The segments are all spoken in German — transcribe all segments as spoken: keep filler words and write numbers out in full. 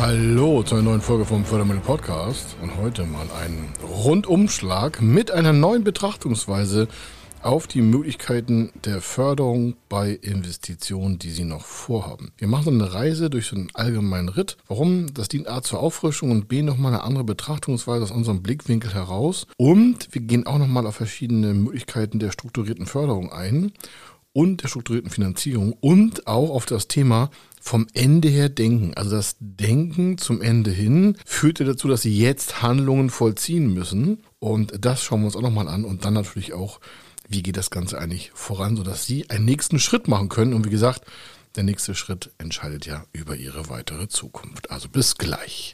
Hallo zu einer neuen Folge vom Fördermittel Podcast und heute mal einen Rundumschlag mit einer neuen Betrachtungsweise auf die Möglichkeiten der Förderung bei Investitionen, die Sie noch vorhaben. Wir machen so eine Reise durch so einen allgemeinen Ritt. Warum? Das dient A zur Auffrischung und B nochmal eine andere Betrachtungsweise aus unserem Blickwinkel heraus. Und wir gehen auch nochmal auf verschiedene Möglichkeiten der strukturierten Förderung ein und der strukturierten Finanzierung und auch auf das Thema vom Ende her denken. Also das Denken zum Ende hin führt ja dazu, dass Sie jetzt Handlungen vollziehen müssen. Und das schauen wir uns auch nochmal an. Und dann natürlich auch, wie geht das Ganze eigentlich voran, sodass Sie einen nächsten Schritt machen können. Und wie gesagt, der nächste Schritt entscheidet ja über Ihre weitere Zukunft. Also bis gleich.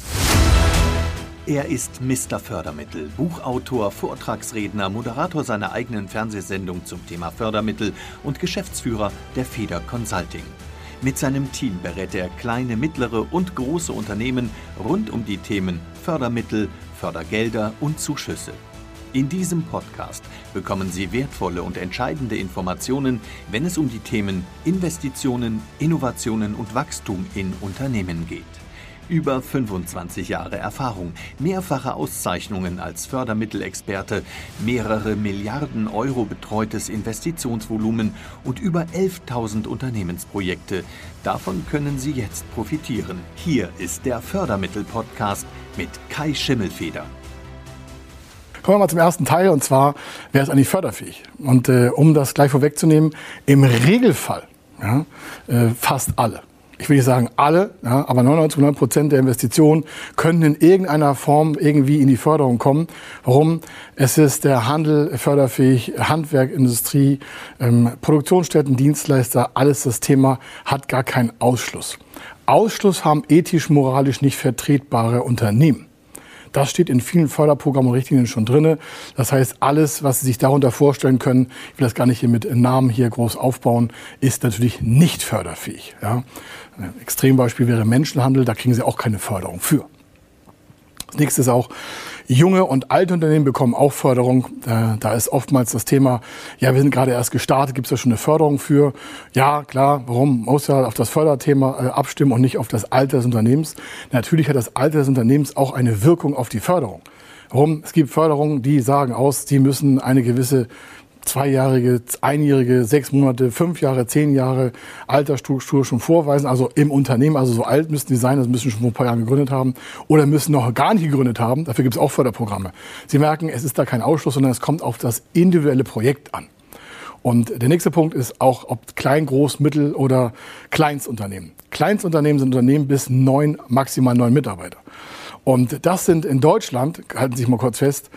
Er ist Mister Fördermittel, Buchautor, Vortragsredner, Moderator seiner eigenen Fernsehsendung zum Thema Fördermittel und Geschäftsführer der Feder Consulting. Mit seinem Team berät er kleine, mittlere und große Unternehmen rund um die Themen Fördermittel, Fördergelder und Zuschüsse. In diesem Podcast bekommen Sie wertvolle und entscheidende Informationen, wenn es um die Themen Investitionen, Innovationen und Wachstum in Unternehmen geht. Über fünfundzwanzig Jahre Erfahrung, mehrfache Auszeichnungen als Fördermittelexperte, mehrere Milliarden Euro betreutes Investitionsvolumen und über elftausend Unternehmensprojekte. Davon können Sie jetzt profitieren. Hier ist der Fördermittel-Podcast mit Kai Schimmelfeder. Kommen wir mal zum ersten Teil, und zwar, wer ist eigentlich förderfähig? Und äh, um das gleich vorwegzunehmen, im Regelfall ja, äh, fast alle. Ich will nicht sagen alle, ja, aber neunundneunzig Komma neun Prozent der Investitionen können in irgendeiner Form irgendwie in die Förderung kommen. Warum? Es ist der Handel förderfähig, Handwerk, Industrie, ähm, Produktionsstätten, Dienstleister, alles das Thema hat gar keinen Ausschluss. Ausschluss haben ethisch-moralisch nicht vertretbare Unternehmen. Das steht in vielen Förderprogrammen und Richtlinien schon drin. Das heißt, alles, was Sie sich darunter vorstellen können, ich will das gar nicht hier mit Namen hier groß aufbauen, ist natürlich nicht förderfähig. Ja. Ein Extrembeispiel wäre Menschenhandel, da kriegen Sie auch keine Förderung für. Das nächste ist auch, junge und alte Unternehmen bekommen auch Förderung. Da ist oftmals das Thema, ja, wir sind gerade erst gestartet, gibt es da schon eine Förderung für? Ja, klar, warum? Man muss ja auf das Förderthema abstimmen und nicht auf das Alter des Unternehmens. Natürlich hat das Alter des Unternehmens auch eine Wirkung auf die Förderung. Warum? Es gibt Förderungen, die sagen aus, die müssen eine gewisse zweijährige, einjährige, sechs Monate, fünf Jahre, zehn Jahre Altersstruktur schon vorweisen. Also im Unternehmen, also so alt müssen die sein, das müssen schon vor ein paar Jahren gegründet haben oder müssen noch gar nicht gegründet haben. Dafür gibt es auch Förderprogramme. Sie merken, es ist da kein Ausschluss, sondern es kommt auf das individuelle Projekt an. Und der nächste Punkt ist auch, ob Klein-, Groß-, Mittel- oder Kleinstunternehmen. Kleinstunternehmen sind Unternehmen bis neun, maximal neun Mitarbeiter. Und das sind in Deutschland, halten Sie sich mal kurz fest,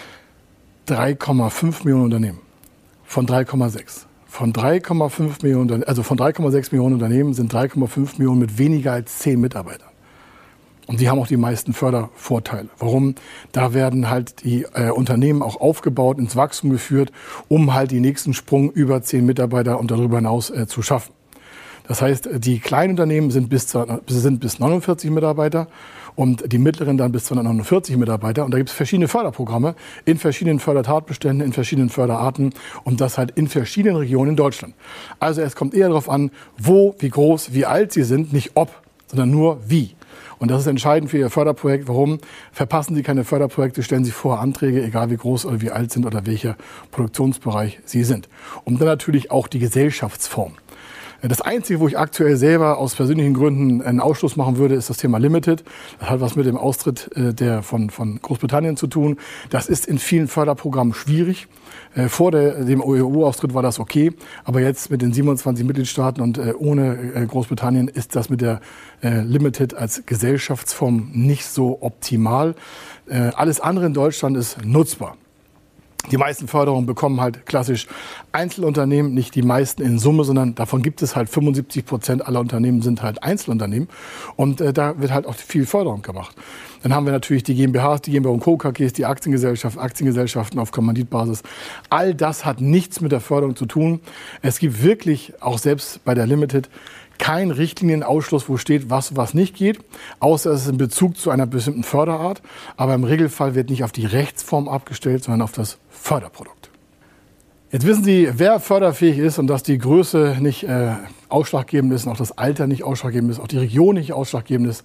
drei Komma fünf Millionen Unternehmen. Von drei Komma sechs. Von drei Komma fünf Millionen, also von drei Komma sechs Millionen Unternehmen sind drei Komma fünf Millionen mit weniger als zehn Mitarbeitern. Und die haben auch die meisten Fördervorteile. Warum? Da werden halt die äh, Unternehmen auch aufgebaut, ins Wachstum geführt, um halt die nächsten Sprung über zehn Mitarbeiter und darüber hinaus äh, zu schaffen. Das heißt, die kleinen Unternehmen sind bis, sind bis neunundvierzig Mitarbeiter und die mittleren dann bis zweihundertneunundvierzig Mitarbeiter. Und da gibt es verschiedene Förderprogramme in verschiedenen Fördertatbeständen, in verschiedenen Förderarten und das halt in verschiedenen Regionen in Deutschland. Also es kommt eher darauf an, wo, wie groß, wie alt Sie sind, nicht ob, sondern nur wie. Und das ist entscheidend für Ihr Förderprojekt. Warum? Verpassen Sie keine Förderprojekte, stellen Sie vorher Anträge, egal wie groß oder wie alt sind oder welcher Produktionsbereich Sie sind. Und dann natürlich auch die Gesellschaftsform. Das Einzige, wo ich aktuell selber aus persönlichen Gründen einen Ausschluss machen würde, ist das Thema Limited. Das hat was mit dem Austritt äh, der von, von Großbritannien zu tun. Das ist in vielen Förderprogrammen schwierig. Äh, vor der, dem E U-Austritt war das okay, aber jetzt mit den siebenundzwanzig Mitgliedstaaten und äh, ohne äh, Großbritannien ist das mit der äh, Limited als Gesellschaftsform nicht so optimal. Äh, alles andere in Deutschland ist nutzbar. Die meisten Förderungen bekommen halt klassisch Einzelunternehmen, nicht die meisten in Summe, sondern davon gibt es halt fünfundsiebzig Prozent aller Unternehmen sind halt Einzelunternehmen und äh, da wird halt auch viel Förderung gemacht. Dann haben wir natürlich die GmbHs, die GmbH und Co. K Gs, die Aktiengesellschaften, Aktiengesellschaften auf Kommanditbasis. All das hat nichts mit der Förderung zu tun. Es gibt wirklich, auch selbst bei der Limited, kein Richtlinienausschluss, wo steht, was was nicht geht, außer es ist in Bezug zu einer bestimmten Förderart. Aber im Regelfall wird nicht auf die Rechtsform abgestellt, sondern auf das Förderprodukt. Jetzt wissen Sie, wer förderfähig ist und dass die Größe nicht äh, ausschlaggebend ist und auch das Alter nicht ausschlaggebend ist, auch die Region nicht ausschlaggebend ist.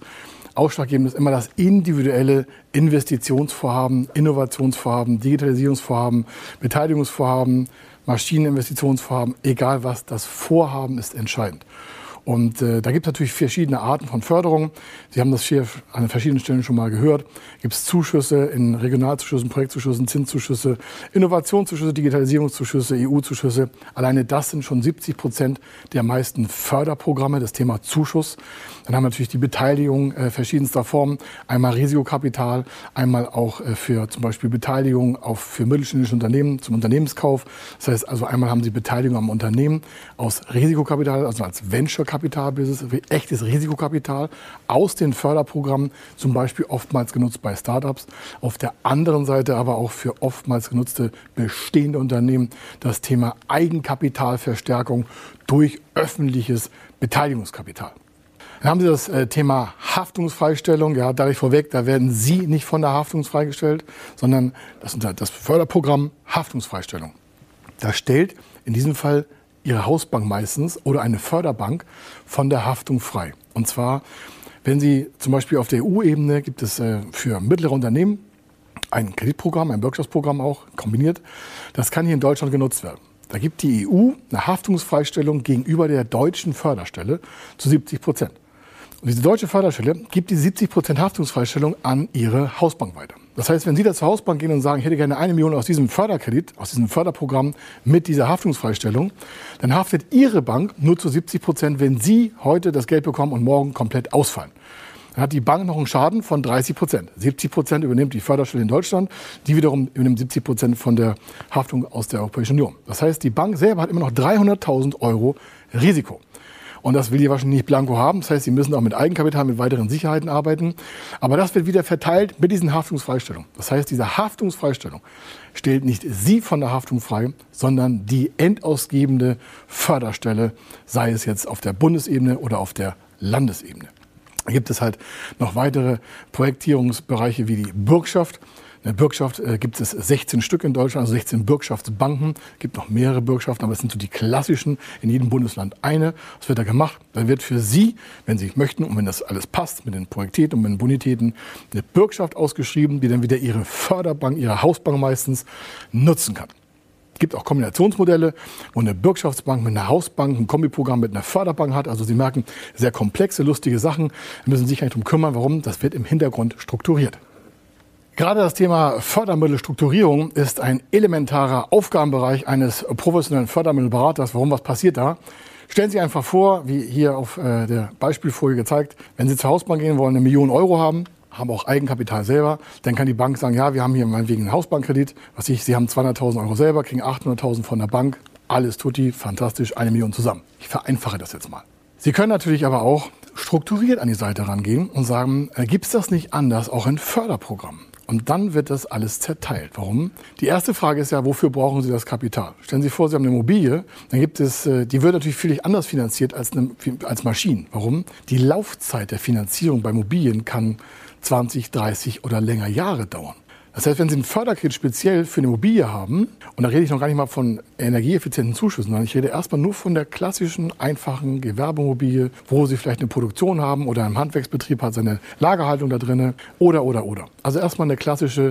Ausschlaggebend ist immer das individuelle Investitionsvorhaben, Innovationsvorhaben, Digitalisierungsvorhaben, Beteiligungsvorhaben, Maschineninvestitionsvorhaben, egal was, das Vorhaben ist entscheidend. Und äh, da gibt es natürlich verschiedene Arten von Förderung. Sie haben das hier an verschiedenen Stellen schon mal gehört. Gibt es Zuschüsse in Regionalzuschüssen, Projektzuschüssen, Zinszuschüsse, Innovationszuschüsse, Digitalisierungszuschüsse, E U-Zuschüsse. Alleine das sind schon siebzig Prozent der meisten Förderprogramme, das Thema Zuschuss. Dann haben wir natürlich die Beteiligung äh, verschiedenster Formen. Einmal Risikokapital, einmal auch äh, für zum Beispiel Beteiligung auf, für mittelständische Unternehmen zum Unternehmenskauf. Das heißt also einmal haben Sie Beteiligung am Unternehmen aus Risikokapital, also als Venture-Kapital. Kapitalbusiness, echtes Risikokapital aus den Förderprogrammen, zum Beispiel oftmals genutzt bei Startups. Auf der anderen Seite aber auch für oftmals genutzte bestehende Unternehmen das Thema Eigenkapitalverstärkung durch öffentliches Beteiligungskapital. Dann haben Sie das äh, Thema Haftungsfreistellung. Ja, dadurch vorweg, da werden Sie nicht von der Haftung freigestellt, sondern das, das Förderprogramm Haftungsfreistellung. Das stellt in diesem Fall Ihre Hausbank meistens oder eine Förderbank von der Haftung frei. Und zwar, wenn Sie zum Beispiel auf der E U-Ebene gibt es äh, für mittlere Unternehmen ein Kreditprogramm, ein Bürgschaftsprogramm auch kombiniert. Das kann hier in Deutschland genutzt werden. Da gibt die E U eine Haftungsfreistellung gegenüber der deutschen Förderstelle zu siebzig Prozent. Und diese deutsche Förderstelle gibt die siebzig Prozent Haftungsfreistellung an Ihre Hausbank weiter. Das heißt, wenn Sie da zur Hausbank gehen und sagen, ich hätte gerne eine Million aus diesem Förderkredit, aus diesem Förderprogramm mit dieser Haftungsfreistellung, dann haftet Ihre Bank nur zu siebzig Prozent, wenn Sie heute das Geld bekommen und morgen komplett ausfallen. Dann hat die Bank noch einen Schaden von dreißig Prozent. siebzig Prozent übernimmt die Förderstelle in Deutschland, die wiederum übernimmt siebzig Prozent von der Haftung aus der Europäischen Union. Das heißt, die Bank selber hat immer noch dreihunderttausend Euro Risiko. Und das will die wahrscheinlich nicht blanko haben. Das heißt, sie müssen auch mit Eigenkapital, mit weiteren Sicherheiten arbeiten. Aber das wird wieder verteilt mit diesen Haftungsfreistellungen. Das heißt, diese Haftungsfreistellung stellt nicht Sie von der Haftung frei, sondern die endausgebende Förderstelle, sei es jetzt auf der Bundesebene oder auf der Landesebene. Da gibt es halt noch weitere Projektierungsbereiche wie die Bürgschaft. In der Bürgschaft äh, gibt es sechzehn Stück in Deutschland, also sechzehn Bürgschaftsbanken. Es gibt noch mehrere Bürgschaften, aber es sind so die klassischen, in jedem Bundesland eine. Was wird da gemacht? Da wird für Sie, wenn Sie möchten und wenn das alles passt mit den Projektitäten und mit den Bonitäten, eine Bürgschaft ausgeschrieben, die dann wieder Ihre Förderbank, Ihre Hausbank meistens nutzen kann. Es gibt auch Kombinationsmodelle, wo eine Bürgschaftsbank mit einer Hausbank ein Kombiprogramm mit einer Förderbank hat. Also Sie merken, sehr komplexe, lustige Sachen. Da müssen Sie sich nicht drum kümmern. Warum? Das wird im Hintergrund strukturiert. Gerade das Thema Fördermittelstrukturierung ist ein elementarer Aufgabenbereich eines professionellen Fördermittelberaters. Warum? Was passiert da? Stellen Sie einfach vor, wie hier auf äh, der Beispielfolie gezeigt, wenn Sie zur Hausbank gehen wollen, eine Million Euro haben, haben auch Eigenkapital selber, dann kann die Bank sagen, ja, wir haben hier meinetwegen einen Hausbankkredit, was ich, Sie haben zweihunderttausend Euro selber, kriegen achthunderttausend von der Bank, alles tutti, fantastisch, eine Million zusammen. Ich vereinfache das jetzt mal. Sie können natürlich aber auch strukturiert an die Seite rangehen und sagen, äh, gibt es das nicht anders, auch in Förderprogrammen? Und dann wird das alles zerteilt. Warum? Die erste Frage ist ja, wofür brauchen Sie das Kapital? Stellen Sie vor, Sie haben eine Immobilie, dann gibt es, die wird natürlich völlig anders finanziert als, eine, als Maschinen. Warum? Die Laufzeit der Finanzierung bei Immobilien kann zwanzig, dreißig oder länger Jahre dauern. Das heißt, wenn Sie ein Förderkredit speziell für eine Immobilie haben, und da rede ich noch gar nicht mal von energieeffizienten Zuschüssen, sondern ich rede erstmal nur von der klassischen, einfachen Gewerbeimmobilie, wo Sie vielleicht eine Produktion haben oder ein Handwerksbetrieb hat seine Lagerhaltung da drin oder, oder, oder. Also erstmal eine klassische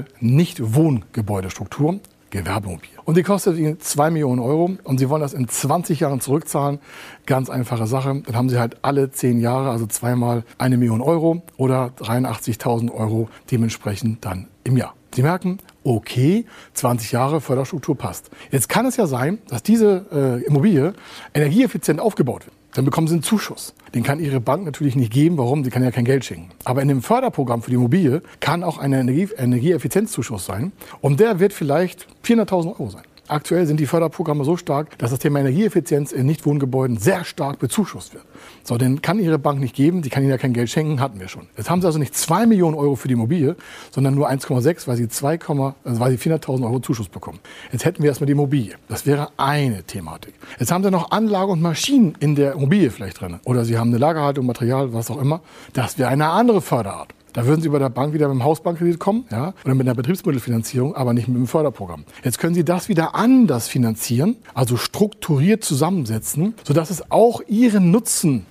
Nicht-Wohngebäudestruktur, Gewerbeimmobilie. Und die kostet Ihnen zwei Millionen Euro und Sie wollen das in zwanzig Jahren zurückzahlen. Ganz einfache Sache. Dann haben Sie halt alle zehn Jahre, also zweimal eine Million Euro oder dreiundachtzigtausend Euro dementsprechend dann im Jahr. Sie merken, okay, zwanzig Jahre Förderstruktur passt. Jetzt kann es ja sein, dass diese äh, Immobilie energieeffizient aufgebaut wird. Dann bekommen Sie einen Zuschuss. Den kann Ihre Bank natürlich nicht geben. Warum? Sie kann ja kein Geld schenken. Aber in dem Förderprogramm für die Immobilie kann auch ein Energie- Energieeffizienzzuschuss sein. Und der wird vielleicht vierhunderttausend Euro sein. Aktuell sind die Förderprogramme so stark, dass das Thema Energieeffizienz in Nichtwohngebäuden sehr stark bezuschusst wird. So, den kann Ihre Bank nicht geben, die kann Ihnen ja kein Geld schenken, hatten wir schon. Jetzt haben Sie also nicht zwei Millionen Euro für die Immobilie, sondern nur eins Komma sechs, weil Sie zwei, also weil Sie vierhunderttausend Euro Zuschuss bekommen. Jetzt hätten wir erstmal die Immobilie. Das wäre eine Thematik. Jetzt haben Sie noch Anlage und Maschinen in der Immobilie vielleicht drin. Oder Sie haben eine Lagerhaltung, Material, was auch immer. Das wäre eine andere Förderart. Da würden Sie bei der Bank wieder mit dem Hausbankkredit kommen, ja, oder mit einer Betriebsmittelfinanzierung, aber nicht mit dem Förderprogramm. Jetzt können Sie das wieder anders finanzieren, also strukturiert zusammensetzen, sodass es auch Ihren Nutzen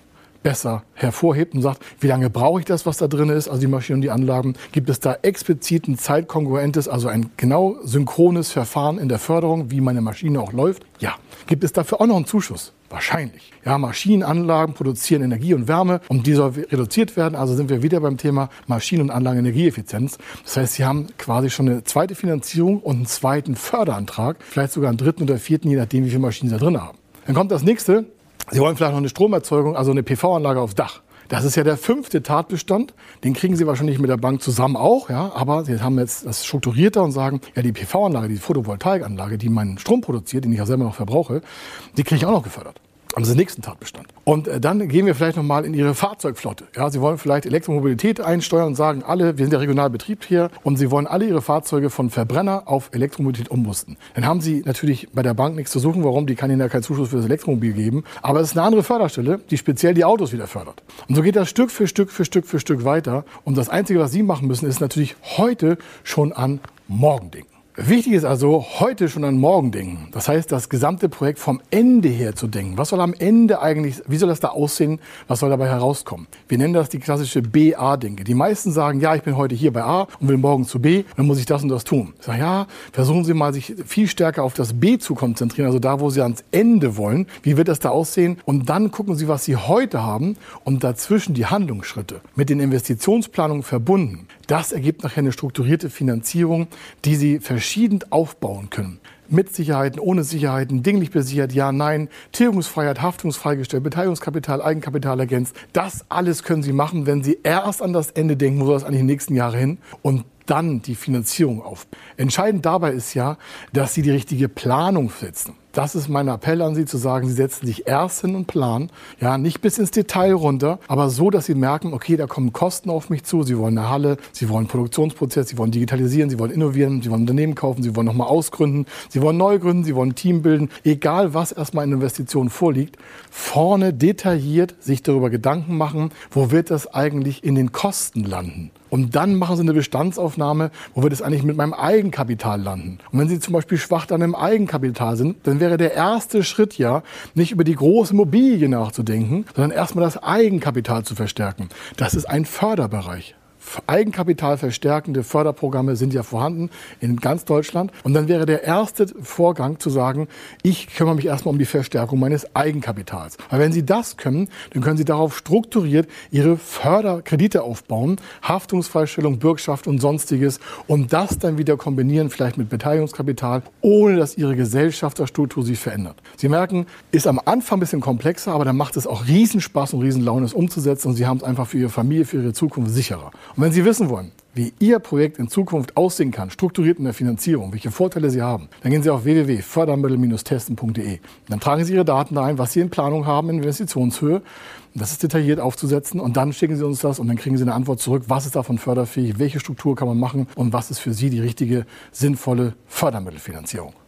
besser hervorhebt und sagt, wie lange brauche ich das, was da drin ist, also die Maschinen und die Anlagen. Gibt es da explizit ein zeitkongruentes, also ein genau synchrones Verfahren in der Förderung, wie meine Maschine auch läuft? Ja. Gibt es dafür auch noch einen Zuschuss? Wahrscheinlich. Ja, Maschinenanlagen produzieren Energie und Wärme und die soll reduziert werden. Also sind wir wieder beim Thema Maschinen- und Anlagen-Energieeffizienz. Das heißt, Sie haben quasi schon eine zweite Finanzierung und einen zweiten Förderantrag, vielleicht sogar einen dritten oder vierten, je nachdem, wie viele Maschinen Sie da drin haben. Dann kommt das nächste. Sie wollen vielleicht noch eine Stromerzeugung, also eine P V-Anlage aufs Dach. Das ist ja der fünfte Tatbestand. Den kriegen Sie wahrscheinlich mit der Bank zusammen auch, ja. Aber Sie haben jetzt das strukturierter und sagen, ja, die P V-Anlage, die Photovoltaikanlage, die meinen Strom produziert, den ich ja selber noch verbrauche, die kriege ich auch noch gefördert. Und das ist der nächste Tatbestand. Und äh, dann gehen wir vielleicht nochmal in Ihre Fahrzeugflotte. Ja, Sie wollen vielleicht Elektromobilität einsteuern und sagen, alle, wir sind ja regional Betrieb hier und Sie wollen alle Ihre Fahrzeuge von Verbrenner auf Elektromobilität umrüsten. Dann haben Sie natürlich bei der Bank nichts zu suchen. Warum? Die kann Ihnen ja keinen Zuschuss für das Elektromobil geben. Aber es ist eine andere Förderstelle, die speziell die Autos wieder fördert. Und so geht das Stück für Stück für Stück für Stück weiter. Und das Einzige, was Sie machen müssen, ist natürlich heute schon an morgen denken. Wichtig ist also, heute schon an morgen denken. Das heißt, das gesamte Projekt vom Ende her zu denken. Was soll am Ende eigentlich, wie soll das da aussehen? Was soll dabei herauskommen? Wir nennen das die klassische B A-Denke. Die meisten sagen, ja, ich bin heute hier bei A und will morgen zu B, dann muss ich das und das tun. Ich sage, ja, versuchen Sie mal, sich viel stärker auf das B zu konzentrieren, also da, wo Sie ans Ende wollen. Wie wird das da aussehen? Und dann gucken Sie, was Sie heute haben und dazwischen die Handlungsschritte mit den Investitionsplanungen verbunden. Das ergibt nachher eine strukturierte Finanzierung, die Sie verschieden aufbauen können. Mit Sicherheiten, ohne Sicherheiten, dinglich besichert, ja, nein, Tilgungsfreiheit, haftungsfreigestellt, Beteiligungskapital, Eigenkapital ergänzt. Das alles können Sie machen, wenn Sie erst an das Ende denken, wo soll das eigentlich die nächsten Jahre hin und dann die Finanzierung auf. Entscheidend dabei ist ja, dass Sie die richtige Planung setzen. Das ist mein Appell an Sie, zu sagen, Sie setzen sich erst hin und planen, ja, nicht bis ins Detail runter, aber so, dass Sie merken, okay, da kommen Kosten auf mich zu, Sie wollen eine Halle, Sie wollen einen Produktionsprozess, Sie wollen digitalisieren, Sie wollen innovieren, Sie wollen ein Unternehmen kaufen, Sie wollen nochmal ausgründen, Sie wollen neu gründen, Sie wollen ein Team bilden, egal was erstmal in Investitionen vorliegt, vorne detailliert sich darüber Gedanken machen, wo wird das eigentlich in den Kosten landen? Und dann machen Sie eine Bestandsaufnahme, wo wird es eigentlich mit meinem Eigenkapital landen? Und wenn Sie zum Beispiel schwach dann im Eigenkapital sind, dann wäre der erste Schritt ja, nicht über die große Immobilie nachzudenken, sondern erstmal das Eigenkapital zu verstärken. Das ist ein Förderbereich. Eigenkapital verstärkende Förderprogramme sind ja vorhanden in ganz Deutschland. Und dann wäre der erste Vorgang zu sagen, ich kümmere mich erstmal um die Verstärkung meines Eigenkapitals. Weil wenn Sie das können, dann können Sie darauf strukturiert Ihre Förderkredite aufbauen, Haftungsfreistellung, Bürgschaft und Sonstiges und das dann wieder kombinieren, vielleicht mit Beteiligungskapital, ohne dass Ihre Gesellschafterstruktur sich verändert. Sie merken, ist am Anfang ein bisschen komplexer, aber dann macht es auch Riesenspaß und Riesenlaune, es umzusetzen und Sie haben es einfach für Ihre Familie, für Ihre Zukunft sicherer. Und wenn Sie wissen wollen, wie Ihr Projekt in Zukunft aussehen kann, strukturiert in der Finanzierung, welche Vorteile Sie haben, dann gehen Sie auf w w w punkt fördermittel Bindestrich testen punkt de. Dann tragen Sie Ihre Daten ein, was Sie in Planung haben in Investitionshöhe. Das ist detailliert aufzusetzen und dann schicken Sie uns das und dann kriegen Sie eine Antwort zurück, was ist davon förderfähig, welche Struktur kann man machen und was ist für Sie die richtige, sinnvolle Fördermittelfinanzierung.